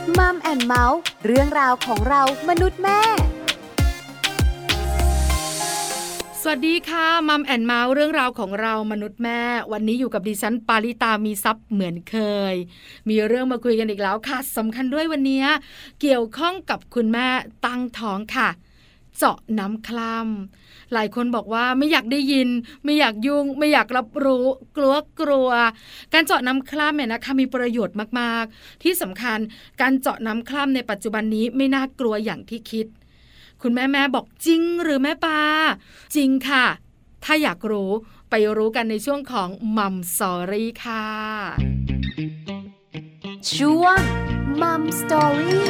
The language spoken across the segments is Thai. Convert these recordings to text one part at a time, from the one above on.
มัมแอนด์เมาส์เรื่องราวของเรามนุษย์แม่สวัสดีค่ะมัมแอนเมาส์เรื่องราวของเรามนุษย์แม่วันนี้อยู่กับดิฉันปาริตามีซัพ์เหมือนเคยมีเรื่องมาคุยกันอีกแล้วค่ะสำคัญด้วยวันนี้เกี่ยวข้องกับคุณแม่ตั้งท้องค่ะเจาะน้ำคร่ำหลายคนบอกว่าไม่อยากได้ยินไม่อยากยุ่งไม่อยากรับรู้กลัวการเจาะน้ำคร่ำเนี่ยนะคะมีประโยชน์มากๆที่สำคัญการเจาะน้ำคร่ำในปัจจุบันนี้ไม่น่ากลัวอย่างที่คิดคุณแม่บอกจริงหรือแม่ปาจริงค่ะถ้าอยากรู้ไปรู้กันในช่วงของมัมสตอรี่ค่ะช่วงมัมสตอรี่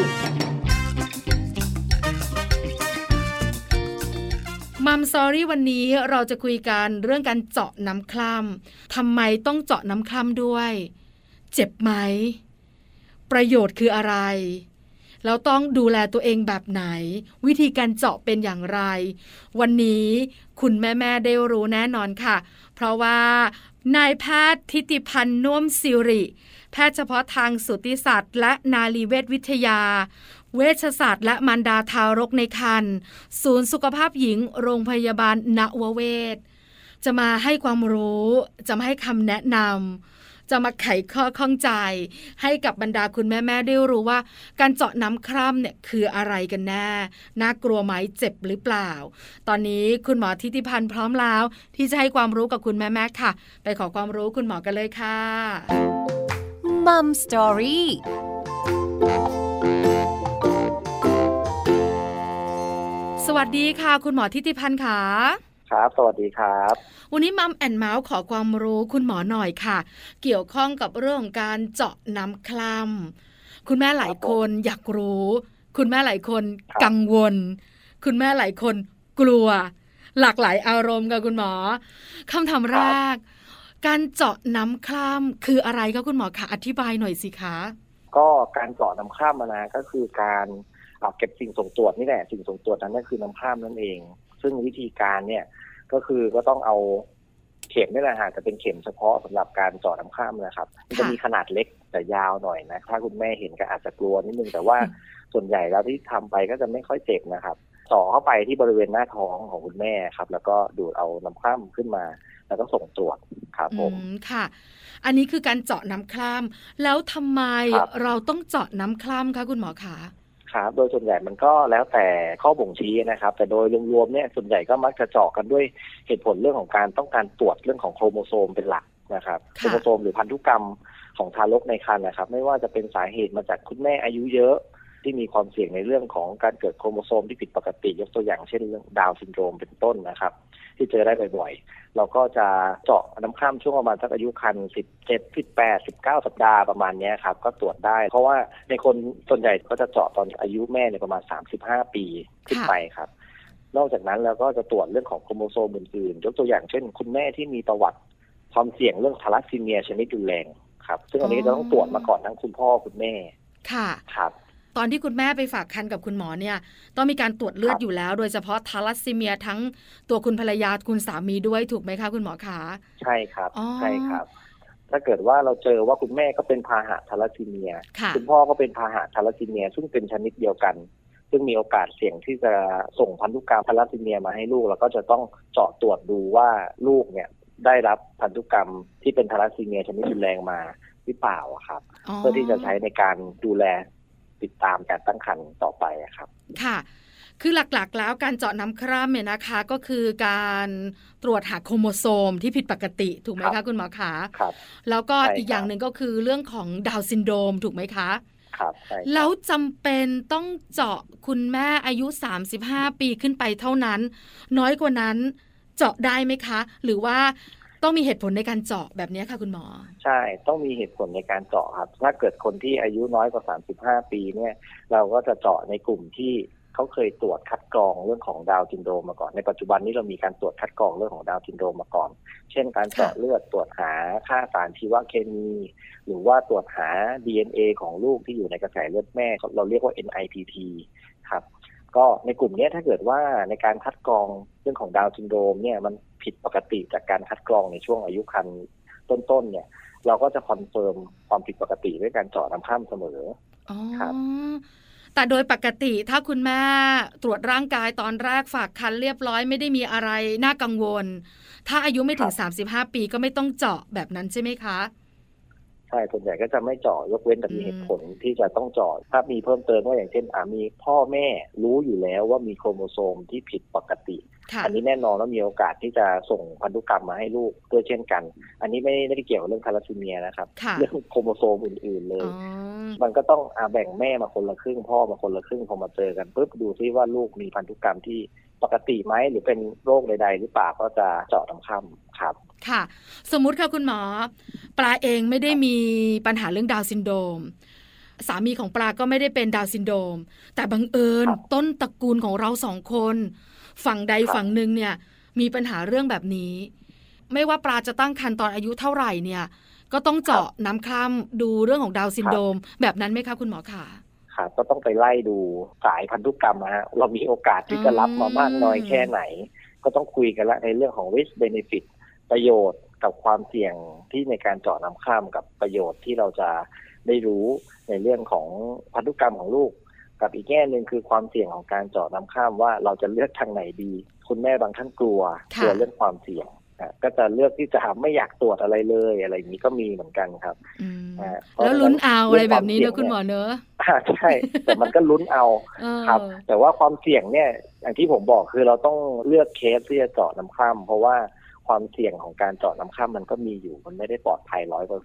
มัมสตอรี่วันนี้เราจะคุยกันเรื่องการเจาะน้ำคร่ำทำไมต้องเจาะน้ำคร่ำด้วยเจ็บไหมประโยชน์คืออะไรแล้วต้องดูแลตัวเองแบบไหนวิธีการเจาะเป็นอย่างไรวันนี้คุณแม่ได้รู้แน่นอนค่ะเพราะว่านายแพทย์ทิติพันธ์น่วมศิริแพทย์เฉพาะทางสูติศาสตร์และนารีเวชวิทยาเวชศาสตร์และมารดาทารกในครรภ์ศูนย์สุขภาพหญิงโรงพยาบาลนวเวศจะมาให้ความรู้จะมาให้คำแนะนำจะมาไขข้อข้องใจให้กับบรรดาคุณแม่ได้รู้ว่าการเจาะน้ำคร่ำเนี่ยคืออะไรกันแน่น่ากลัวไหมเจ็บหรือเปล่าตอนนี้คุณหมอทิติพันธ์พร้อมแล้วที่จะให้ความรู้กับคุณแม่ค่ะไปขอความรู้คุณหมอกันเลยค่ะมัมสตอรี่สวัสดีค่ะคุณหมอทิติพันธ์ค่ะครับสวัสดีครับวันนี้มัมแอนด์เมาส์ขอความรู้คุณหมอหน่อยค่ะเกี่ยวข้องกับเรื่องของการเจาะน้ำคร่ำคุณแม่หลายคนอยากรู้คุณแม่หลายคนกังวลคุณแม่หลายคนกลัวหลากหลายอารมณ์ค่ะคุณหมอคำถามแรกการเจาะน้ำคร่ำคืออะไรคะคุณหมอคะอธิบายหน่อยสิคะก็การเจาะน้ำคร่ำนะก็คือการเก็บสิ่งส่งตรวจนี่แหละสิ่งส่งตรวจนั้นก็คือน้ำคร่ำนั่นเองซึ่งวิธีการเนี่ยก็คือก็ต้องเอาเข็มนี่แหละฮะจะเป็นเข็มเฉพาะสำหรับการเจาะน้ำคร่ำนะครับมันจะมีขนาดเล็กแต่ยาวหน่อยนะถ้าคุณแม่เห็นก็อาจจะกลัวนิดนึงแต่ว่าส่วนใหญ่แล้วที่ทำไปก็จะไม่ค่อยเจ็บนะครับเจาะเข้าไปที่บริเวณหน้าท้องของคุณแม่ครับแล้วก็ดูดเอาน้ำคร่ำขึ้นมาแล้วก็ส่งตรวจครับผมค่ะอันนี้คือการเจาะน้ำคร่ำแล้วทำไมเราต้องเจาะน้ำคร่ำคะคุณหมอคะครับโดยส่วนใหญ่มันก็แล้วแต่ข้อบ่งชี้นะครับแต่โดยรวมๆเนี่ยส่วนใหญ่ก็มักจะเจาะกันด้วยเหตุผลเรื่องของการต้องการตรวจเรื่องของโครโมโซมเป็นหลักนะครับโครโมโซมหรือพันธุกรรมของทารกในครรภ์นะครับไม่ว่าจะเป็นสาเหตุมาจากคุณแม่อายุเยอะที่มีความเสี่ยงในเรื่องของการเกิดโครโมโซมที่ผิดปกติยกตัวอย่างเช่นเรื่องดาวน์ซินโดรมเป็นต้นนะครับที่เจอได้บ่อยๆเราก็จะเจาะน้ำคร่ำช่วงประมาณสักอายุครรภ์17 18 19สัปดาห์ประมาณนี้ครับก็ตรวจได้เพราะว่าในคนส่วนใหญ่ก็จะเจาะตอนอายุแม่เนี่ยประมาณ35ปีขึ้นไปครับนอกจากนั้นเราก็จะตรวจเรื่องของโครโมโซมอื่นๆยกตัวอย่างเช่นคุณแม่ที่มีประวัติความเสี่ยงเรื่องทาลัสซีเมียชนิดรุนแรงครับซึ่งอันนี้จะต้องตรวจมาก่อนทั้งคุณพ่อคุณแม่ค่ะครับตอนที่คุณแม่ไปฝากครรภ์กับคุณหมอเนี่ยต้องมีการตรวจเลือดอยู่แล้วโดยเฉพาะทาลัสซีเมียทั้งตัวคุณภรรยาคุณสามีด้วยถูกไหมคะคุณหมอคะใช่ครับใช่ครับถ้าเกิดว่าเราเจอว่าคุณแม่ก็เป็นพาหะทาลัสซีเมียคุณพ่อก็เป็นพาหะทาลัสซีเมียซึ่งเป็นชนิดเดียวกันซึ่งมีโอกาสเสี่ยงที่จะส่งพันธุกรรมทาลัสซีเมียมาให้ลูกแล้วก็จะต้องเจาะตรวจดูว่าลูกเนี่ยได้รับพันธุกรรมที่เป็นทาลัสซีเมียชนิดรุนแรงมาหรือเปล่าครับเพื่อที่จะใช้ในการดูแลติดตามการตั้งครรภ์ต่อไปครับค่ะคือหลักๆแล้วการเจาะน้ำคร่ำเนี่ยนะคะก็คือการตรวจหาโครโมโซมที่ผิดปกติถูกไหมคะคุณหมอคะครับแล้วก็อีกอย่างหนึ่งก็คือเรื่องของดาวน์ซินโดรมถูกไหมคะครับแล้วจำเป็นต้องเจาะคุณแม่อายุ35ปีขึ้นไปเท่านั้นน้อยกว่านั้นเจาะได้ไหมคะหรือว่าต้องมีเหตุผลในการเจาะแบบนี้ค่ะคุณหมอใช่ต้องมีเหตุผลในการเจาะครับถ้าเกิดคนที่อายุน้อยกว่า35ปีเนี่ยเราก็จะเจาะในกลุ่มที่เขาเคยตรวจคัดกรองเรื่องของดาวน์ซินโดรมมาก่อนในปัจจุบันนี้เรามีการตรวจคัดกรองเรื่องของดาวน์ซินโดรมมาก่อนเช่นการเจาะเลือดตรวจหาค่าสารชีวเคมีหรือว่าตรวจหา DNA ของลูกที่อยู่ในกระแสเลือดแม่เราเรียกว่า NIPT ครับก็ในกลุ่มนี้ถ้าเกิดว่าในการคัดกรองเรื่องของดาวน์ซินโดรมเนี่ยมันผิดปกติจากการคัดกรองในช่วงอายุครรภ์ต้นๆเนี่ยเราก็จะคอนเฟิร์มความผิดปกติด้วยการเจาะน้ำคร่ำเสมออ๋อครับแต่โดยปกติถ้าคุณแม่ตรวจร่างกายตอนแรกฝากครรภ์เรียบร้อยไม่ได้มีอะไรน่ากังวลถ้าอายุไม่ถึง35 ปีก็ไม่ต้องเจาะแบบนั้นใช่ไหมคะใช่ส่วนใหญ่ก็จะไม่เจาะยกเว้นแต่มีเหตุผลที่จะต้องเจาะถ้ามีเพิ่มเติมว่าอย่างเช่นมีพ่อแม่รู้อยู่แล้วว่ามีโครโมโซมที่ผิดปกติอันนี้แน่นอนว่ามีโอกาสที่จะส่งพันธุกรรมมาให้ลูกด้วยเช่นกันอันนี้ไม่ได้เกี่ยวกับเรื่องทาลัสซีเมียนะครับเรื่องโครโมโซมอื่นๆเลยมันก็ต้องแบ่งแม่มาคนละครึ่งพ่อมาคนละครึ่งพอมาเจอกันปุ๊บดูซิว่าลูกมีพันธุกรรมที่ปกติไหมหรือเป็นโรคใดๆหรือเปล่าก็จะเจาะน้ำค่ำครับค่ะสมมุติค่ะคุณหมอปลาเองไม่ได้มีปัญหาเรื่องดาวน์ซินโดรมสามีของปลาก็ไม่ได้เป็นดาวน์ซินโดรมแต่บังเอิญต้นตระกูลของเรา2 คนฝั่งใดฝั่งหนึ่งเนี่ยมีปัญหาเรื่องแบบนี้ไม่ว่าปลาจะตั้งครรภ์ตอนอายุเท่าไหร่เนี่ยก็ต้องเจาะน้ำคร่ำดูเรื่องของดาวน์ซินโดรมแบบนั้นไหมคะคุณหมอคะค่ะก็ต้องไปไล่ดูสายพันธุกรรมฮะเรามีโอกาสที่จะรับมามากน้อยแค่ไหนก็ต้องคุยกันละในเรื่องของ risk benefit ประโยชน์กับความเสี่ยงที่ในการเจาะน้ำข้ามกับประโยชน์ที่เราจะได้รู้ในเรื่องของพันธุกรรมของลูกกับอีกแง่นึงคือความเสี่ยงของการเจาะน้ำข้ามว่าเราจะเลือกทางไหนดีคุณแม่บางท่านกลัวเรื่องความเสี่ยงก็จะเลือกที่จะไม่อยากตรวจอะไรเลยอะไรอย่างนี้ก็มีเหมือนกันครับแล้วลุ้นเอาอะไรแบบนี้เนอะคุณหมอเนอะใช่แต่มันก็ลุ้นเอาครับแต่ว่าความเสี่ยงเนี่ยอย่างที่ผมบอกคือเราต้องเลือกเคสที่จะเจาะน้ำคร่ำเพราะว่าความเสี่ยงของการเจาะน้ำคร่ำมันก็มีอยู่มันไม่ได้ปลอดภัย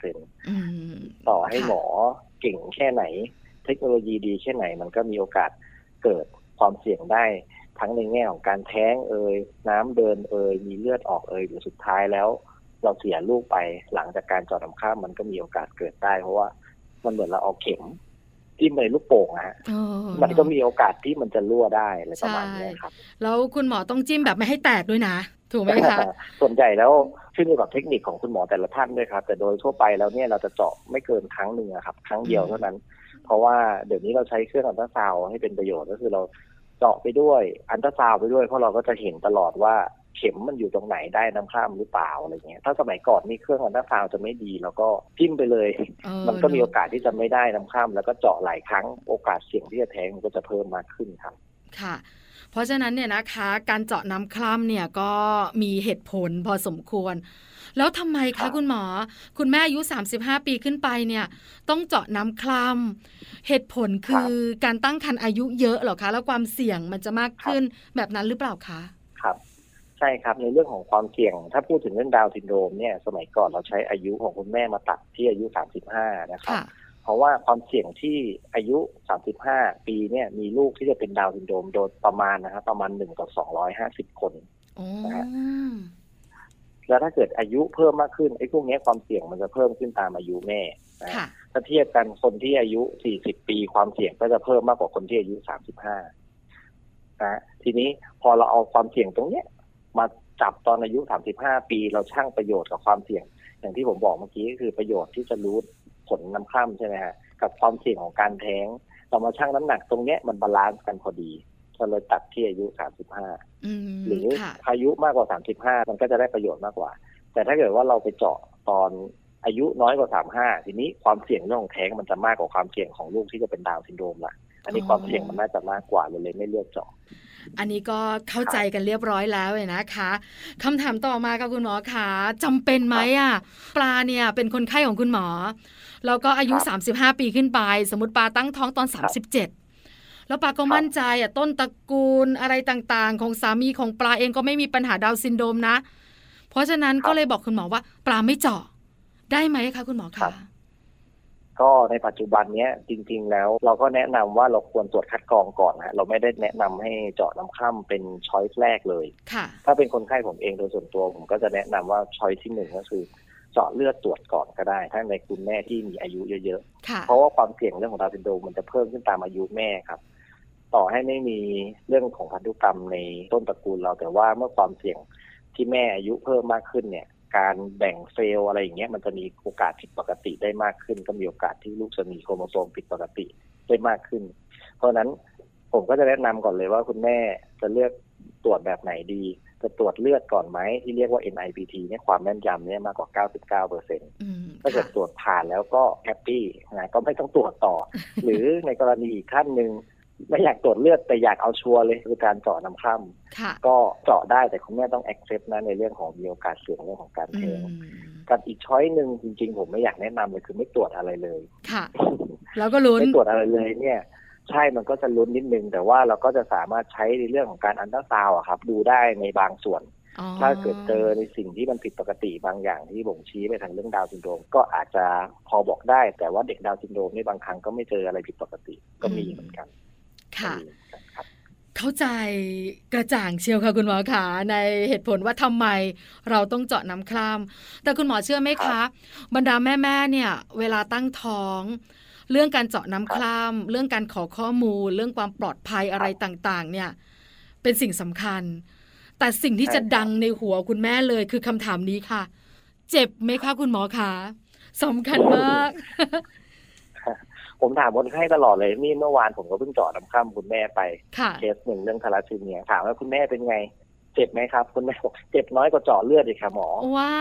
100%ต่อให้หมอเก่งแค่ไหนเทคโนโลยีดีแค่ไหนมันก็มีโอกาสเกิดความเสี่ยงได้ทั้งในแง่ของการแท้งน้ำเดินมีเลือดออกหรือสุดท้ายแล้วเราเสียลูกไปหลังจากการเจาะน้ำคร่ำมันก็มีโอกาสเกิดได้เพราะว่ามันเหมือนเราเอาเข็มจิ้มในลูกโป่งมันก็มีโอกาสที่มันจะรั่วได้อะไรประมาณนี้ครับแล้วคุณหมอต้องจิ้มแบบไม่ให้แตกด้วยนะถูกไหมคะส่วนใหญ่แล้วขึ้นอยู่กับเทคนิคของคุณหมอแต่ละท่านด้วยครับแต่โดยทั่วไปแล้วเนี่ยเราจะเจาะไม่เกินครั้งนึงครับครั้งเดียวเท่านั้นเพราะว่าเดี๋ยวนี้เราใช้เครื่องอัลตราซาวด์ให้เป็นประโยชน์ก็คือเราเจาะไปด้วยอัลตราซาวด์ไปด้วยเพราะเราก็จะเห็นตลอดว่าเข็มมันอยู่ตรงไหนได้น้ำคร่ำหรือเปล่าอะไรเงี้ยถ้าสมัยก่อนนี่เครื่องอัลตราซาวด์จะไม่ดีแล้วก็จิ้มไปเลยมันก็มีโอกาสที่จะไม่ได้น้ำคร่ำแล้วก็เจาะหลายครั้งโอกาสเสี่ยงที่จะแท้งมันก็จะเพิ่มมากขึ้นครับค่ะเพราะฉะนั้นเนี่ยนะคะการเจาะน้ำคร่ำเนี่ยก็มีเหตุผลพอสมควรแล้วทำไมคะคุณหมอคุณแม่อายุ35 ปีขึ้นไปเนี่ยต้องเจาะน้ำคร่ำเหตุผลคือการตั้งครรภ์อายุเยอะหรอคะแล้วความเสี่ยงมันจะมากขึ้นแบบนั้นหรือเปล่าคะครับใช่ครับในเรื่องของความเสี่ยงถ้าพูดถึงเรื่องดาวน์ซินโดรมเนี่ยสมัยก่อนเราใช้อายุของคุณแม่มาตัดที่อายุ35นะครับเพราะว่าความเสี่ยงที่อายุ35 ปีเนี่ยมีลูกที่จะเป็นดาวน์ซินโดรมโดยประมาณนะครับประมาณ1 ต่อ 250 คนนะฮะแล้วถ้าเกิดอายุเพิ่มมากขึ้นไอ้พวกนี้ความเสี่ยงมันจะเพิ่มขึ้นตามอายุแม่ถ้าเทียบกันคนที่อายุ40 ปีความเสี่ยงก็จะเพิ่มมากกว่าคนที่อายุ35นะทีนี้พอเราเอาความเสี่ยงตรงเนี้ยมาจับตอนอายุ35 ปีเราชั่งประโยชน์กับความเสี่ยงอย่างที่ผมบอกเมื่อกี้ก็คือประโยชน์ที่จะรู้ผลน้ำคร่ำใช่ไหมฮะกับความเสี่ยงของการแท้งเรามาชั่งน้ำหนักตรงเนี้ยมันบาลานซ์กันพอดีก็เลยตัดที่อายุ35หรืออายุมากกว่า35มันก็จะได้ประโยชน์มากกว่าแต่ถ้าเกิดว่าเราไปเจาะตอนอายุน้อยกว่า35ทีนี้ความเสี่ยงเรื่องของแท้งมันจะมากกว่าความเสี่ยงของลูกที่จะเป็นดาวน์ซินโดรมละอันนี้ความเสี่ยงมันน่าจะมากกว่าเลยไม่เลือกเจาะอันนี้ก็เข้าใจกันเรียบร้อยแล้วเลยนะคะคำถามต่อมาค่ะคุณหมอคะจำเป็นไหมปลาเนี่ยเป็นคนไข้ของคุณหมอแล้วก็อายุ35 ปีขึ้นไปสมมติปลาตั้งท้องตอน37แล้วปลาก็มั่นใจต้นตระกูลอะไรต่างๆของสามีของปลาเองก็ไม่มีปัญหาดาวน์ซินโดรมนะเพราะฉะนั้นก็เลยบอกคุณหมอว่าปลาไม่เจาะได้ไหมคะคุณหมอคะก็ในปัจจุบันนี้จริงๆแล้วเราก็แนะนำว่าเราควรตรวจคัดกรองก่อนนะเราไม่ได้แนะนำให้เจาะน้ำคร่ำเป็นช้อยส์แรกเลยถ้าเป็นคนไข้ผมเองโดยส่วนตัวผมก็จะแนะนำว่าช้อยส์ที่1ก็คือเจาะเลือดตรวจก่อนก็ได้ถ้าในคุณแม่ที่มีอายุเยอะๆเพราะว่าความเสี่ยงเรื่องของดาวน์ซินโดรมมันจะเพิ่มขึ้นตามอายุแม่ครับต่อให้ไม่มีเรื่องของพันธุกรรมในต้นตระกูลเราแต่ว่าเมื่อความเสี่ยงที่แม่อายุเพิ่มมากขึ้นเนี่ยการแบ่งเซลล์อะไรอย่างเงี้ยมันจะมีโอกาสผิดปกติได้มากขึ้นก็มีโอกาสที่ลูกจะมีโครโมโซมผิดปกติได้มากขึ้นเพราะฉะนั้นผมก็จะแนะนำก่อนเลยว่าคุณแม่จะเลือกตรวจแบบไหนดีจะตรวจเลือดก่อนไหมที่เรียกว่า NIPT เนี่ยความแม่นยำเนี่ยมากกว่า 99% ถ้าเกิดตรวจผ่านแล้วก็แฮปปี้นะก็ไม่ต้องตรวจต่อ หรือในกรณีอีกขั้นหนึ่งไม่อยากตรวจเลือดแต่อยากเอาชัวร์เลยคือการเจาะน้ำคร่ำก็เจาะได้แต่คุณแม่ต้อง accept นะในเรื่องของมีโอกาสเสี่ยงเรื่องของการแท้งกับอีกช้อยหนึ่งจริงๆผมไม่อยากแนะนำเลยคือไม่ตรวจอะไรเลยค่ะแล้วก็ลุ้นไม่ตรวจอะไรเลยเนี่ยใช่มันก็จะลุ้นนิดนึงแต่ว่าเราก็จะสามารถใช้ในเรื่องของการอัลตราซาวด์ครับดูได้ในบางส่วนถ้าเกิดเจอในสิ่งที่มันผิดปกติบางอย่างที่บ่งชี้ไปทางเรื่องดาวน์ซินโดรมก็อาจจะพอบอกได้แต่ว่าเด็กดาวน์ซินโดรมนี่บางครั้งก็ไม่เจออะไรผิดปกติก็มีเหมือนกันค่ะเข้าใจกระจ่างเชียวค่ะคุณหมอขาในเหตุผลว่าทำไมเราต้องเจาะน้ำคร่ำแต่คุณหมอเชื่อไหมคะบรรดาแม่ๆเนี่ยเวลาตั้งท้องเรื่องการเจาะน้ำคร่ำเรื่องการขอข้อมูลเรื่องความปลอดภัยอะไรต่างๆเนี่ยเป็นสิ่งสำคัญแต่สิ่งที่จะดังในหัวคุณแม่เลยคือคำถามนี้ค่ะเจ็บไหมคะคุณหมอขาสำคัญมากผมถามคนไข้ตลอดเลยนี่เมื่อวานผมก็เพิ่งเจาะน้ำคร่ำคุณแม่ไปเคสหนึ่งเรื่องทาลัสซีเมียถามว่าคุณแม่เป็นไงเจ็บไหมครับคุณแม่บอกเจ็บน้อยกว่าเจาะเลือดอีกค่ะหมอว้าว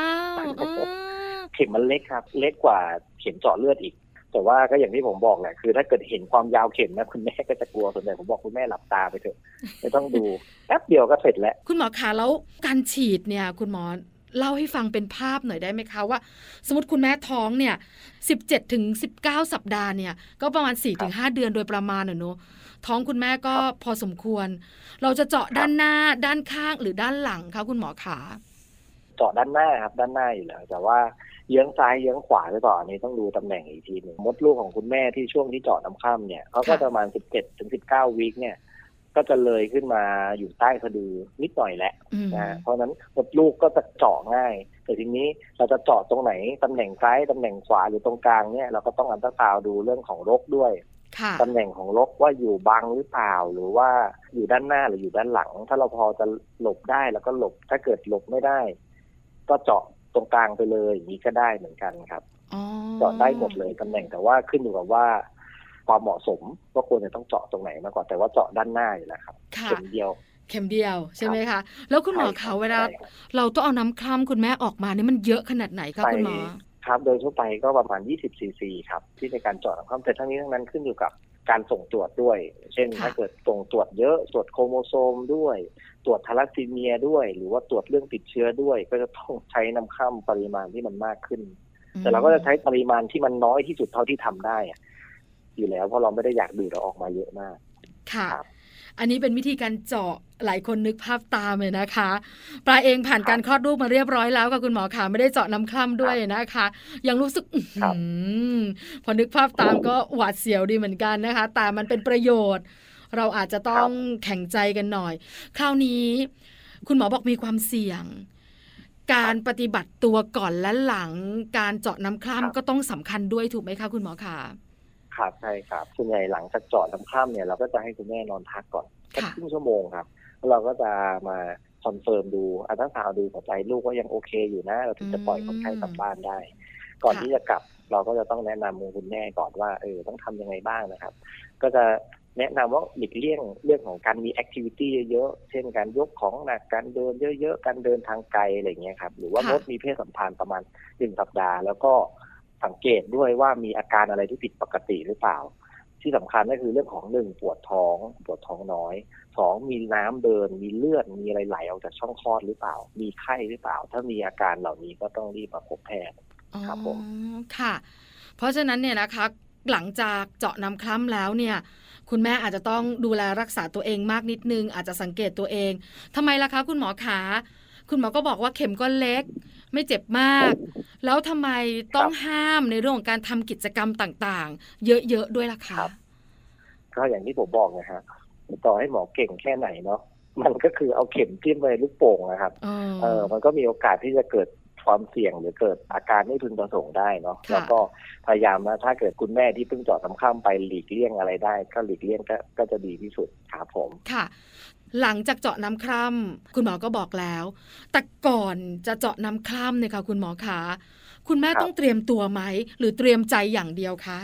เข็มมันเล็กครับเล็กกว่าเข็มเจาะเลือดอีกแต่ว่าก็อย่างที่ผมบอกแหละคือถ้าเกิดเห็นความยาวเข็มนะคุณแม่ก็จะกลัวส่วนใหญ่ผมบอกคุณแม่หลับตาไปเถอะไม่ต้องดูแป๊บเดียวก็เสร็จแล้วคุณหมอคะแล้วการฉีดเนี่ยคุณหมอเล่าให้ฟังเป็นภาพหน่อยได้ไหมคะว่าสมมติคุณแม่ท้องเนี่ย17 ถึง 19 สัปดาห์เนี่ยก็ประมาณ 4 ถึง 5 เดือนโดยประมาณเนอะท้องคุณแม่ก็พอสมควรเราจะเจาะด้านหน้าด้านข้างหรือด้านหลังคะคุณหมอขาเจาะด้านหน้าครับด้านหน้าอยู่แล้วแต่ว่าเยื้องซ้ายเยื้องขวาหรือเปล่าอันนี้ต้องดูตำแหน่งอีกทีนึงมดลูกของคุณแม่ที่ช่วงที่เจาะน้ำคร่ำเนี่ยเขาก็ประมาณ17 ถึง 19 วีคเนี่ยก็จะเลยขึ้นมาอยู่ใต้สะดือนิดหน่อยแหละนะเพราะนั้นมดลูกก็จะเจาะง่ายแต่ทีนี้เราจะเจาะตรงไหนตำแหน่งซ้ายตำแหน่งขวาหรือตรงกลางเนี่ยเราก็ต้องอัลตราซาวด์ดูเรื่องของรกด้วยตำแหน่งของรกว่าอยู่บังหรือเปล่าหรือว่าอยู่ด้านหน้าหรืออยู่ด้านหลังถ้าเราพอจะหลบได้แล้วก็หลบถ้าเกิดหลบไม่ได้ก็เจาะตรงกลางไปเลยอย่างนี้ก็ได้เหมือนกันครับเจาะได้หมดเลยตำแหน่งแต่ว่าขึ้นอยู่กับว่าความเหมาะสมว่าควรจะต้องเจาะตรงไหนมากกว่าแต่ว่าเจาะด้านหน้าอยู่แล้วครับเข็มเดียวใช่ไหมคะแล้วคุณหมอเขาเวลาเราต้องเอาน้ำคร่ำคุณแม่ออกมานี่มันเยอะขนาดไหนคะคุณหมอครับโดยทั่วไปก็ประมาณ20 ซีซีครับที่ในการเจาะน้ำคร่ำแต่ทั้งนี้ทั้งนั้นขึ้นอยู่กับการส่งตรวจด้วยเช่นถ้าเกิดส่งตรวจเยอะตรวจโครโมโซมด้วยตรวจทาลัสซีเมียด้วยหรือว่าตรวจเรื่องติดเชื้อด้วยก็จะต้องใช้น้ำคร่ำปริมาณที่มันมากขึ้นแต่เราก็จะใช้ปริมาณที่มันน้อยที่สุดเท่าที่ทำได้อยู่แล้วเพราะเราไม่ได้อยากดูดเราออกมาเยอะมากค่ะอันนี้เป็นวิธีการเจาะหลายคนนึกภาพตามเลยนะคะปลาเองผ่านการคลอดลูกมาเรียบร้อยแล้วค่ะคุณหมอค่ะไม่ได้เจาะน้ำคร่ำด้วยนะคะยังรู้สึกพอนึกภาพตามก็หวาดเสียวดีเหมือนกันนะคะแต่มันเป็นประโยชน์เราอาจจะต้องแข็งใจกันหน่อยคราวนี้คุณหมอบอกมีความเสี่ยงการปฏิบัติตัวก่อนและหลังการเจาะน้ำคร่ำก็ต้องสำคัญด้วยถูกไหมคะคุณหมอคะครับใช่ครับส่วนใหญ่หลังจากเจาะน้ำคร่ำเนี่ยเราก็จะให้คุณแม่นอนพักก่อนแค่ครึ่งชั่วโมงครับแล้วเราก็จะมาคอนเฟิร์มดูอัลตราซาวด์ดูหัวใจลูกว่ายังโอเคอยู่นะเราถึงจะปล่อยคนไข้กลับบ้านได้ก่อนที่จะกลับเราก็จะต้องแนะนำคุณแม่ก่อนว่าต้องทำยังไงบ้างนะครับก็จะแนะนำว่าหลีกเลี่ยงเรื่องของการมีแอคทิวิตี้เยอะๆเช่นการยกของหนักการเดินเยอะๆการเดินทางไกลอะไรอย่างเงี้ยครับหรือว่างดมีเพศสัมพันธ์ประมาณ1 สัปดาห์แล้วก็สังเกตด้วยว่ามีอาการอะไรที่ผิดปกติหรือเปล่าที่สำคัญก็คือเรื่องของ1ปวดท้องน้อย2มีน้ำเดินมีเลือดมีอะไรไหลออกจากช่องคลอดหรือเปล่ามีไข้หรือเปล่าถ้ามีอาการเหล่านี้ก็ต้องรีบมาพบแพทย์ครับผมค่ะเพราะฉะนั้นเนี่ยนะคะหลังจากเจาะน้ำคร่ำแล้วเนี่ยคุณแม่อาจจะต้องดูแลรักษาตัวเองมากนิดนึงอาจจะสังเกตตัวเองทำไมล่ะคะคุณหมอขาคุณหมอก็บอกว่าเข็มก็เล็กไม่เจ็บมากแล้วทำไมต้องห้ามในเรื่องของการทำกิจกรรมต่างๆเยอะๆด้วยล่ะคะก็อย่างที่ผมบอกนะฮะต่อให้หมอเก่งแค่ไหนเนาะมันก็คือเอาเข็มจิ้มไปลูกโป่งนะครับมันก็มีโอกาสที่จะเกิดความเสี่ยงหรือเกิดอาการไม่พึงประสงค์ได้เนาะแล้วก็พยายามนะถ้าเกิดคุณแม่ที่เพิ่งเจาะน้ำคร่ำไปหลีกเลี่ยงอะไรได้ก็หลีกเลี่ยงก็จะดีที่สุดครับผมค่ะหลังจากเจาะน้ำคร่ำคุณหมอก็บอกแล้วแต่ก่อนจะเจาะน้ำคร่ำเนี่ยค่ะคุณหมอคะคุณแม่ต้องเตรียมตัวไหมหรือเตรียมใจอย่างเดียวคะ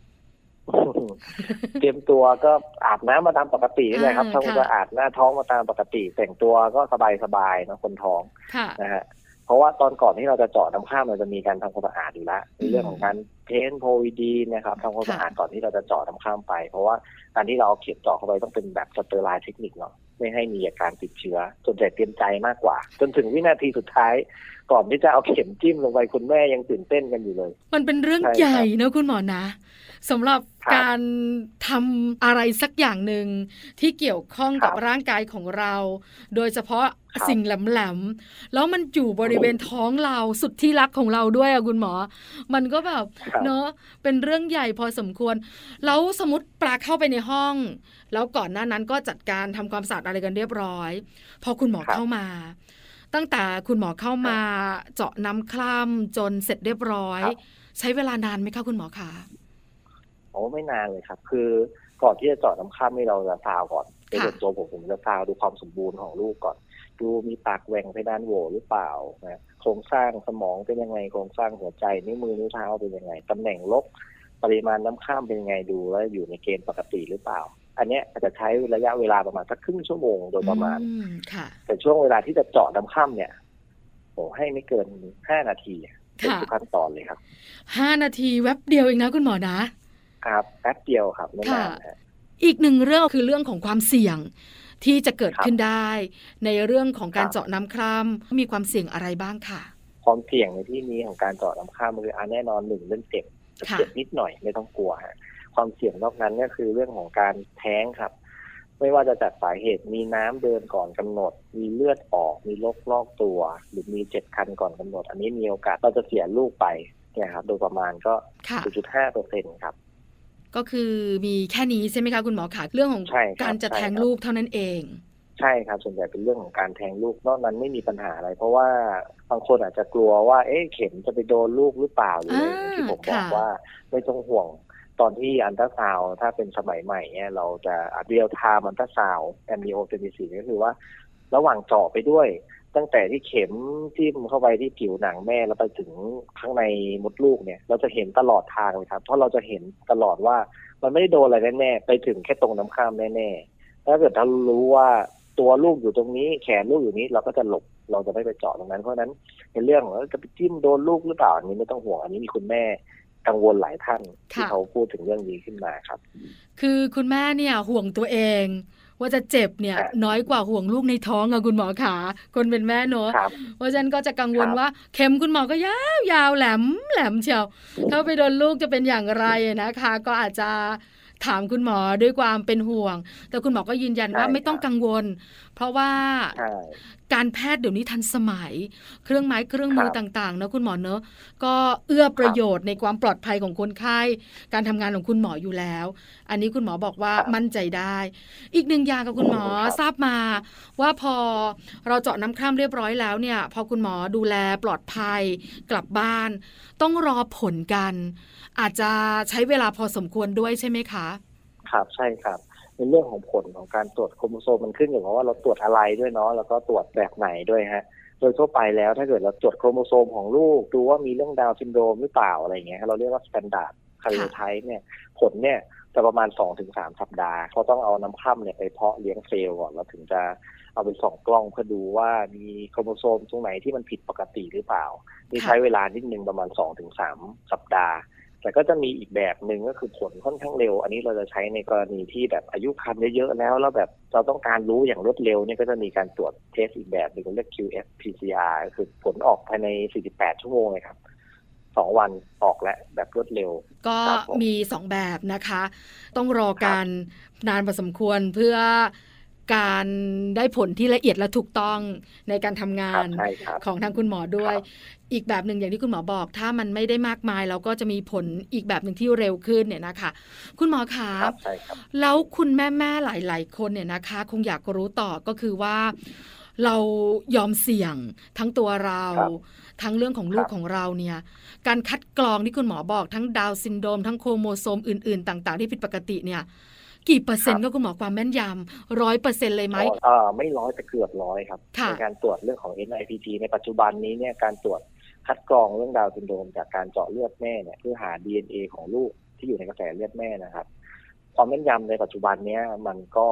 เตรียมตัวก็อาบน้ำมาตามปกตินี่แหละครับถ้าคุณจะอาบหน้าท้องมาตามปกติแต่งตัวก็สบายๆนะคนท้องนะฮะพเพราะว่าตอนก่อนที่เราจะเจาะน้ำคร่ำเราจะมีการทำความสะอาดอยู่แล้วในเรื่องของการเพ้นท์โพลีดีนนะครับทำความสะอาดก่อนที่เราจะเจาะน้ำคร่ำไปเพราะว่าการที่เราเอาเข็มเจาะเข้าไปต้องเป็นแบบสเตอร์ไลน์เทคนิคเนาะไม่ให้มีอาการติดเชื้อส่วนใหญ่เตรียมใจมากกว่าจนถึงวินาทีสุดท้ายก่อนที่จะเอาเข็มจิ้มลงไปคุณแม่ยังตื่นเต้นกันอยู่เลยมันเป็นเรื่องใหญ่นะคุณหมอนะสำหรับการทำอะไรสักอย่างหนึ่งที่เกี่ยวข้องกับร่างกายของเราโดยเฉพาะสิ่งแหลมๆแล้วมันอยู่บริเวณท้องเราสุดที่รักของเราด้วยคุณหมอมันก็แบบเนอะเป็นเรื่องใหญ่พอสมควรแล้วสมมติปลาเข้าไปในห้องแล้วก่อนหน้านั้นก็จัดการทำความสะอาดอะไรกันเรียบร้อยพอคุณหมอเข้ามาตั้งแต่คุณหมอเข้ามาเจาะน้ำคร่ำจนเสร็จเรียบร้อยใช้เวลานานไหมคะคุณหมอคะโอ้ไม่นานเลยครับคือก่อนที่จะเจาะน้ำคร่ำนี่เราจะซาวก่อนในส่วนตัวผมจะซาวดูความสมบูรณ์ของลูกก่อนดูมีปากแหว่งเพดานโหว่หรือเปล่านะโครงสร้างสมองเป็นยังไงโครงสร้างหัวใจนิ้วมือนิ้วเท้าเป็นยังไงตำแหน่งลกปริมาณน้ำคร่ำเป็นยังไงดูแล้วอยู่ในเกณฑ์ปกติหรือเปล่าอันนี้อาจจะใช้ระยะเวลาประมาณสักครึ่งชั่วโมงโดยประมาณแต่ช่วงเวลาที่จะเจาะน้ำคร่ำเนี่ยโอ้ให้ไม่เกิน5 นาทีเป็นทุกขั้นตอนเลยครับ 5 นาทีแวบเดียวเองนะคุณหมอนะครับแป๊บเดียวครับไม่นานอีกหนึ่งเรื่องคือเรื่องของความเสี่ยงที่จะเกิดขึ้นได้ในเรื่องของการเจาะน้ำคร่ำมีความเสี่ยงอะไรบ้างค่ะความเสี่ยงในที่นี้ของการเจาะน้ำคร่ำคือแน่นอน1เรื่องเจ็บนิดหน่อยไม่ต้องกลัวฮะความเสี่ยงนอกนั้นก็คือเรื่องของการแท้งครับไม่ว่าจะจากสาเหตุมีน้ำเดินก่อนกำหนดมีเลือดออกมีโรคลอกตัวหรือมี7 คันก่อนกำหนดอันนี้มีโอกาสเราจะเสียลูกไปเนี่ยครับโดยประมาณก็ 0.5% ครับก็คือมีแค่นี้ใช่ไหมคะคุณหมอคะเรื่องของการจะแทงลูกเท่านั้นเองใช่ครับส่วนใหญ่เป็นเรื่องของการแทงลูกนอกนั้นไม่มีปัญหาอะไรเพราะว่าบางคนอาจจะกลัวว่าเข็มจะไปโดนลูกหรือเปล่าหรือที่ผมบอกว่าไม่ต้องห่วงตอนที่อัลตราซาวด์ถ้าเป็นสมัยใหม่เนี่ยเราจะเรียลไทม์อัลตราซาวด์แอมนิโอเทนซิก็คือว่าระหว่างเจาะไปด้วยตั้งแต่ที่เข็มจิ้มเข้าไปที่ผิวหนังแม่แล้วไปถึงข้างในมดลูกเนี่ยเราจะเห็นตลอดทางเลยครับเพราะเราจะเห็นตลอดว่ามันไม่ได้โดนอะไรแน่ๆไปถึงแค่ตรงน้ำคร่ำแน่ๆถ้าเกิดเรารู้ว่าตัวลูกอยู่ตรงนี้แขนลูกอยู่นี้เราก็จะหลบเราจะไม่ไปเจาะตรงนั้นเพราะนั้นในเรื่องว่าจะไปจิ้มโดนลูกหรือเปล่าอันนี้ไม่ต้องห่วงอันนี้มีคุณแม่กังวลหลายท่านที่เขาพูดถึงเรื่องนี้ขึ้นมาครับคือคุณแม่เนี่ยห่วงตัวเองว่าจะเจ็บเนี่ยน้อยกว่าห่วงลูกในท้องอะคุณหมอขาคนเป็นแม่เนอะเพราะฉะนั้นก็จะกังวลว่าเข็มคุณหมอก็ยาวแหลมเชียวถ้าไปโดนลูกจะเป็นอย่างไรนะคะก็อาจจะถามคุณหมอด้วยความเป็นห่วงแต่คุณหมอก็ยืนยันว่าไม่ต้องกังวลเพราะว่าการแพทย์เดี๋ยวนี้ทันสมัยเครื่องไม้เครื่องมือต่างๆนะคุณหมอเนอะก็เอื้อประโยชน์ในความปลอดภัยของคนไข้การทำงานของคุณหมออยู่แล้วอันนี้คุณหมอบอกว่ามั่นใจได้อีกหนึ่งอย่างกับคุณหมอทราบมาว่าพอเราเจาะน้ำคร่ำเรียบร้อยแล้วเนี่ยพอคุณหมอดูแลปลอดภัยกลับบ้านต้องรอผลกันอาจจะใช้เวลาพอสมควรด้วยใช่ไหมคะครับใช่ครับในเรื่องของผลของการตรวจโครโมโซมมันขึ้นอยู่กับว่าเราตรวจอะไรด้วยเนาะแล้วก็ตรวจแบบไหนด้วยฮะโดยทั่วไปแล้วถ้าเกิดเราตรวจโครโมโซมของลูกดูว่ามีเรื่องดาวน์ซินโดรมหรือเปล่าอะไรอย่างเงี้ยเราเรียกว่าสแตนดาร์ดคาริโอไทป์เนี่ยผลเนี่ยจะประมาณ 2-3 สัปดาห์เขาต้องเอาน้ำคร่ำเนี่ยไปเพาะเลี้ยงเซลล์ก่อนแล้วถึงจะเอาไปส่องกล้องเพื่อดูว่ามีโครโมโซมตรงไหนที่มันผิดปกติหรือเปล่านี่ใช้เวลานิดนึงประมาณ 2-3 สัปดาห์แต่ก็จะมีอีกแบบหนึ่งก็คือผลค่อนข้างเร็วอันนี้เราจะใช้ในกรณีที่แบบอายุครรภ์เยอะๆแล้วแบบเราต้องการรู้อย่างรวดเร็วเนี่ยก็จะมีการตรวจเทสอีกแบบหนึ่งเรียก QS-PCR ก็คือผลออกภายใน48 ชั่วโมงเลยครับ2 วันออกแล้วแบบรวดเร็วก็มี2แบบนะคะต้องรอกันนานพอสมควรเพื่อการได้ผลที่ละเอียดและถูกต้องในการทำงานของทางคุณหมอด้วยอีกแบบหนึ่งอย่างที่คุณหมอบอกถ้ามันไม่ได้มากมายเราก็จะมีผลอีกแบบหนึ่งที่เร็วขึ้นเนี่ยนะคะคุณหมอคะแล้วคุณแม่ๆหลายๆคนเนี่ยนะคะคงอยากรู้ต่อก็คือว่าเรายอมเสี่ยงทั้งตัวเราทั้งเรื่องของลูกของเราเนี่ยการคัดกรองที่คุณหมอบอกทั้งดาวน์ซินโดรมทั้งโครโมโซมอื่นๆต่างๆที่ผิดปกติเนี่ยกี่เปอร์เซ็นต์ก็คุณหมอความแม่นยำ 100% เลยไหมไม่100แต่เกือบ100ครับในการตรวจเรื่องของ NIPT ในปัจจุบันนี้เนี่ยการตรวจคัดกรองเรื่องดาวน์ซินโดรมจากการเจาะเลือดแม่เนี่ยเพื่อหา DNA ของลูกที่อยู่ในกระแสเลือดแม่นะครับความแม่นยำในปัจจุบันนี้มันก็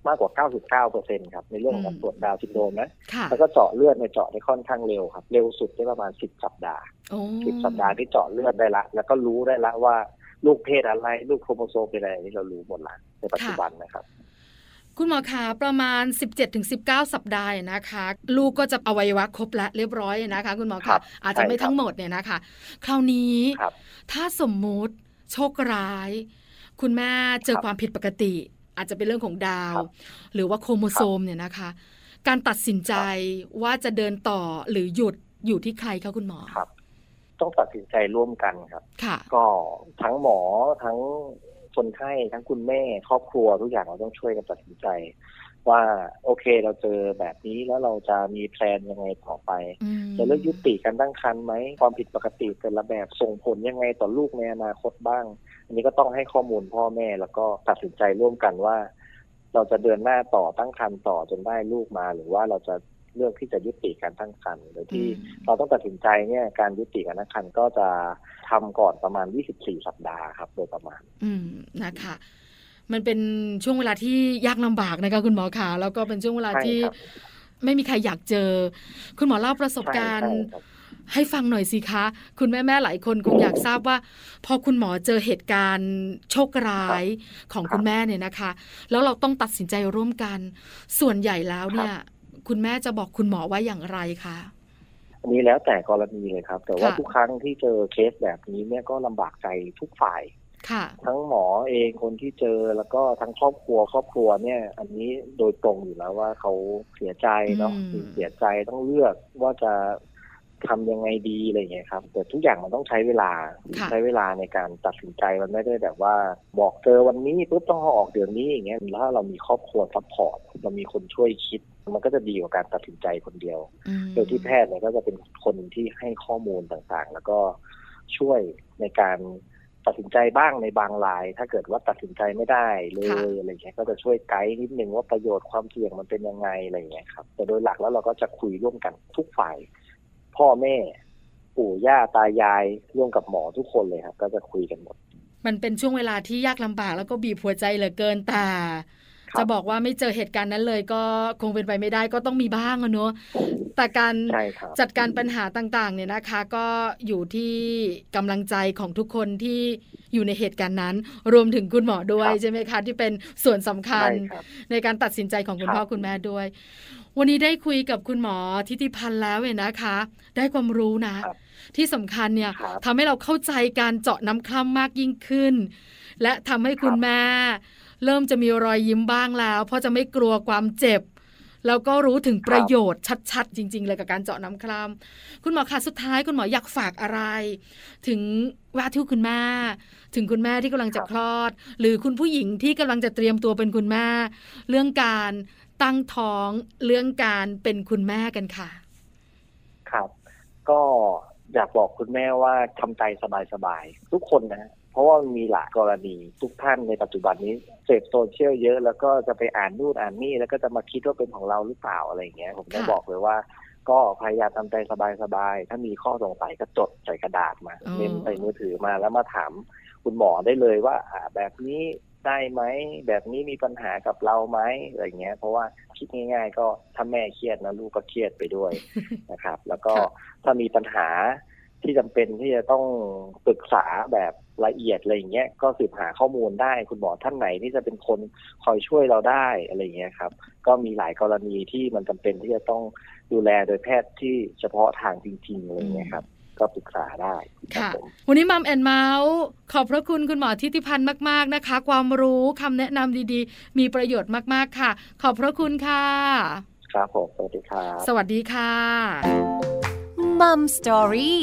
มากกว่า 99% ครับในเรื่องของการตรวจดาวน์ซินโดรมนะค่ะแล้วก็เจาะเลือดในเจาะได้ค่อนข้างเร็วครับเร็วสุดได้ประมาณ10 สัปดาห์10 สัปดาห์ที่เจาะเลือดได้ละแล้วก็รู้ได้ละว่าลูกเพศอะไรลูกโครโมโซมเป็นอะไรนี่เรารู้หมดละในปัจจุบันนะครับคุณหมอคะประมาณ 17-19 สัปดาห์นะคะลูกก็จะอวัยวะครบและเรียบร้อยนะคะคุณหมอคะอาจจะไม่ทั้งหมดเนี่ยนะคะคราวนี้ถ้าสมมุติโชคร้ายคุณแม่เจอความผิดปกติอาจจะเป็นเรื่องของดาวหรือว่าโครโมโซมเนี่ยนะคะการตัดสินใจว่าจะเดินต่อหรือหยุดอยู่ที่ใครคะคุณหมอครับต้องตัดสินใจร่วมกันครับก็ทั้งหมอทั้งคนไข้ทั้งคุณแม่ครอบครัวทุกอย่างเราต้องช่วยกันตัดสินใจว่าโอเคเราเจอแบบนี้แล้วเราจะมีแพลนยังไงต่อไปจะเลือกยุติการตั้งครรภ์ไหมความผิดปกติแต่ละแบบส่งผลยังไงต่อลูกในอนาคตบ้างอันนี้ก็ต้องให้ข้อมูลพ่อแม่แล้วก็ตัดสินใจร่วมกันว่าเราจะเดินหน้าต่อตั้งครรภ์ต่อจนได้ลูกมาหรือว่าเราจะเลือกที่จะยุติการตั้งครรภ์โดยที่เราต้องตัดสินใจเนี่ยการยุติการตั้งครรภ์ก็จะทำก่อนประมาณ24 สัปดาห์ครับโดยประมาณนะคะมันเป็นช่วงเวลาที่ยากลำบากนะคะคุณหมอคะแล้วก็เป็นช่วงเวลาที่ไม่มีใครอยากเจอคุณหมอเล่าประสบการณ์ให้ฟังหน่อยสิคะคุณแม่ๆหลายคนคงอยากทราบว่าพอคุณหมอเจอเหตุการณ์โชคร้ายของคุณแม่เนี่ยนะคะแล้วเราต้องตัดสินใจร่วมกันส่วนใหญ่แล้วเนี่ยคุณแม่จะบอกคุณหมอว่าอย่างไรคะอันนี้แล้วแต่กรณีเลยครับแต่ว่าทุกครั้งที่เจอเคสแบบนี้เนี่ยก็ลำบากใจทุกฝ่ายทั้งหมอเองคนที่เจอแล้วก็ทั้งครอบครัวเนี่ยอันนี้โดยตรงอยู่แล้วว่าเขาเสียใจเนาะเสียใจต้องเลือกว่าจะทำยังไงดีอะไรอย่างเงี้ยครับแต่ทุกอย่างมันต้องใช้เวลาในการตัดสินใจมันไม่ได้แบบว่าบอกเจอวันนี้ปุ๊บต้องออกเดือนนี้อย่างเงี้ยแล้วเรามีครอบครัวซัพพอร์ตเรามีคนช่วยคิดมันก็จะดีกว่าการตัดสินใจคนเดียวโดยที่แพทย์เนี่ยก็จะเป็นคนที่ให้ข้อมูลต่างๆแล้วก็ช่วยในการตัดสินใจบ้างในบางรายถ้าเกิดว่าตัดสินใจไม่ได้เลยอะไรเงี้ยก็จะช่วยไกด์นิดนึงว่าประโยชน์ความเสี่ยงมันเป็นยังไงอะไรเงี้ยครับแต่โดยหลักแล้วเราก็จะคุยร่วมกันทุกฝ่ายพ่อแม่ปู่ย่าตายายร่วมกับหมอทุกคนเลยครับก็จะคุยกันหมดมันเป็นช่วงเวลาที่ยากลำบากแล้วก็บีบหัวใจเหลือเกินแต่จะบอกว่าไม่เจอเหตุการณ์นั้นเลยก็คงเป็นไปไม่ได้ก็ต้องมีบ้างอะเนอะแต่การจัดการปัญหาต่างๆเนี่ยนะคะก็อยู่ที่กำลังใจของทุกคนที่อยู่ในเหตุการณ์นั้นรวมถึงคุณหมอด้วยใช่ไหมคะที่เป็นส่วนสำคัญในการตัดสินใจของคุณพ่อคุณแม่ด้วยวันนี้ได้คุยกับคุณหมอทิติพันธ์แล้วเนี่ยนะคะได้ความรู้นะที่สำคัญเนี่ยทำให้เราเข้าใจการเจาะน้ำคร่ำมากยิ่งขึ้นและทำให้คุณแม่เริ่มจะมีรอยยิ้มบ้างแล้วเพราะจะไม่กลัวความเจ็บแล้วก็รู้ถึงประโยชน์ชัดๆจริงๆเลยกับการเจาะน้ำคร่ำคุณหมอคะสุดท้ายคุณหมออยากฝากอะไรถึงว่าที่คุณแม่ถึงคุณแม่ที่กำลังจะคลอดหรือคุณผู้หญิงที่กำลังจะเตรียมตัวเป็นคุณแม่เรื่องการตั้งท้องเรื่องการเป็นคุณแม่กันค่ะครับก็อยากบอกคุณแม่ว่าทำใจสบายๆทุกคนนะเพราะว่ามีหลายกรณีทุกท่านในปัจจุบันนี้เสพโซเชียลเยอะแล้วก็จะไปอ่านนู่นอ่านนี่แล้วก็จะมาคิดว่าเป็นของเราหรือเปล่าอะไรอย่างเงี้ยผมได้บอกเลยว่าก็พยายามทำใจสบายๆถ้ามีข้อสงสัยก็จดใส่กระดาษมาเมมใส่มือถือมาแล้วมาถามคุณหมอได้เลยว่าแบบนี้ได้ไหมแบบนี้มีปัญหากับเราไหมอะไรเงี้ยเพราะว่าคิดง่ายๆก็ถ้าแม่เครียดนะลูกก็เครียดไปด้วยนะครับแล้วก็ถ้ามีปัญหาที่จำเป็นที่จะต้องปรึกษาแบบละเอียดอะไรอย่างเงี้ยก็สืบหาข้อมูลได้คุณหมอท่านไหนที่จะเป็นคนคอยช่วยเราได้อะไรเงี้ยครับก็มีหลายกรณีที่มันจำเป็นที่จะต้องดูแลโดยแพทย์ที่เฉพาะทางจริงๆอะไรเงี้ยครับก็ปรึกษาได้ค่ะวันนี้มัมแอนด์เมาส์ขอบพระคุณคุณหมอทิติพันธ์มากๆนะคะความรู้คำแนะนำดีๆมีประโยชน์มากๆค่ะขอบพระคุณค่ะครับผมสวัสดีครับสวัสดีค่ะมัมสตอรี่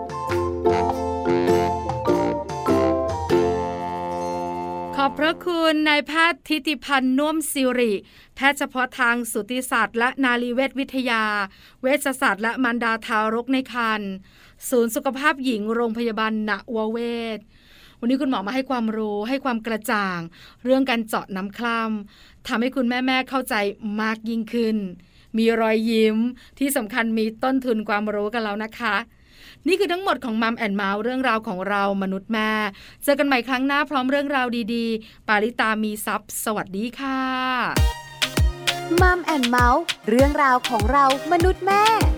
ขอบพระคุณนายแพทย์ทิติพันธ์น่วมศิริแพทย์เฉพาะทางสูติศาสตร์และนารีเวชวิทยาเวชศาสตร์และมารดาทารกในครรภ์ศูนย์สุขภาพหญิงโรงพยาบาลนวเวศวันนี้คุณหมอมาให้ความรู้ให้ความกระจ่างเรื่องการเจาะน้ำคร่ำทำให้คุณแม่ๆเข้าใจมากยิ่งขึ้นมีรอยยิ้มที่สำคัญมีต้นทุนความรู้กันแล้วนะคะนี่คือทั้งหมดของมัมแอนด์เมาส์เรื่องราวของเรามนุษย์แม่เจอกันใหม่ครั้งหน้าพร้อมเรื่องราวดีๆปาริตามีทรัพย์สวัสดีค่ะมัมแอนเมาส์เรื่องราวของเรามนุษย์แม่